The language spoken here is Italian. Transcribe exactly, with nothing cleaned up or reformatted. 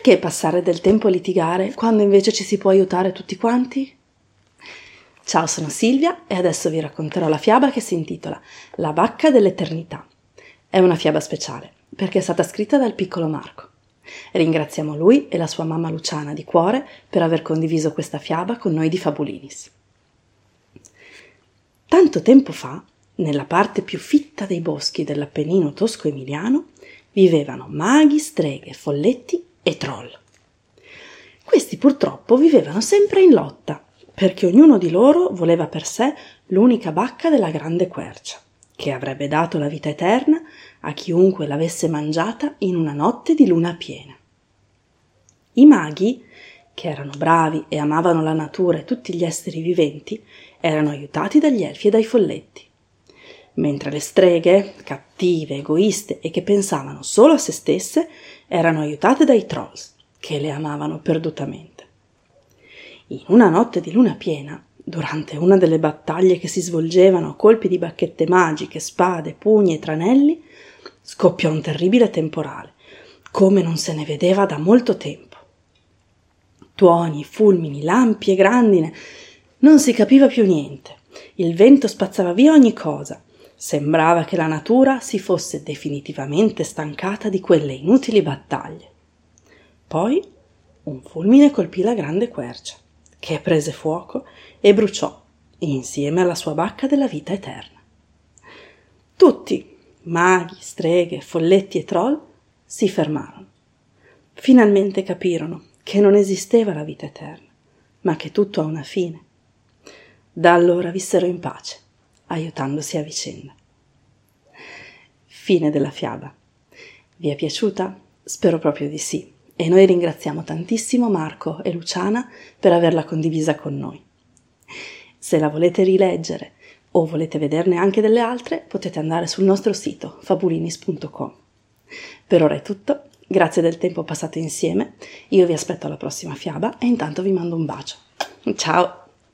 Perché passare del tempo a litigare quando invece ci si può aiutare tutti quanti? Ciao, sono Silvia e adesso vi racconterò la fiaba che si intitola La vacca dell'eternità. È una fiaba speciale perché è stata scritta dal piccolo Marco. Ringraziamo lui e la sua mamma Luciana di cuore per aver condiviso questa fiaba con noi di Fabulinis. Tanto tempo fa, nella parte più fitta dei boschi dell'Appennino tosco-emiliano, vivevano maghi, streghe, folletti e troll. Questi purtroppo vivevano sempre in lotta, perché ognuno di loro voleva per sé l'unica bacca della grande quercia, che avrebbe dato la vita eterna a chiunque l'avesse mangiata in una notte di luna piena. I maghi, che erano bravi e amavano la natura e tutti gli esseri viventi, erano aiutati dagli elfi e dai folletti, mentre le streghe, cattive, egoiste e che pensavano solo a se stesse, erano aiutate dai trolls, che le amavano perdutamente. In una notte di luna piena, durante una delle battaglie che si svolgevano a colpi di bacchette magiche, spade, pugni e tranelli, scoppiò un terribile temporale, come non se ne vedeva da molto tempo. Tuoni, fulmini, lampi e grandine, non si capiva più niente. Il vento spazzava via ogni cosa. Sembrava che la natura si fosse definitivamente stancata di quelle inutili battaglie. Poi un fulmine colpì la grande quercia, che prese fuoco e bruciò insieme alla sua bacca della vita eterna. Tutti, maghi, streghe, folletti e troll, si fermarono. Finalmente capirono che non esisteva la vita eterna, ma che tutto ha una fine. Da allora vissero in pace, aiutandosi a vicenda. Fine della fiaba. Vi è piaciuta? Spero proprio di sì. E noi ringraziamo tantissimo Marco e Luciana per averla condivisa con noi. Se la volete rileggere o volete vederne anche delle altre, potete andare sul nostro sito fabulinis punto com. Per ora è tutto, grazie del tempo passato insieme, io vi aspetto alla prossima fiaba e intanto vi mando un bacio. Ciao!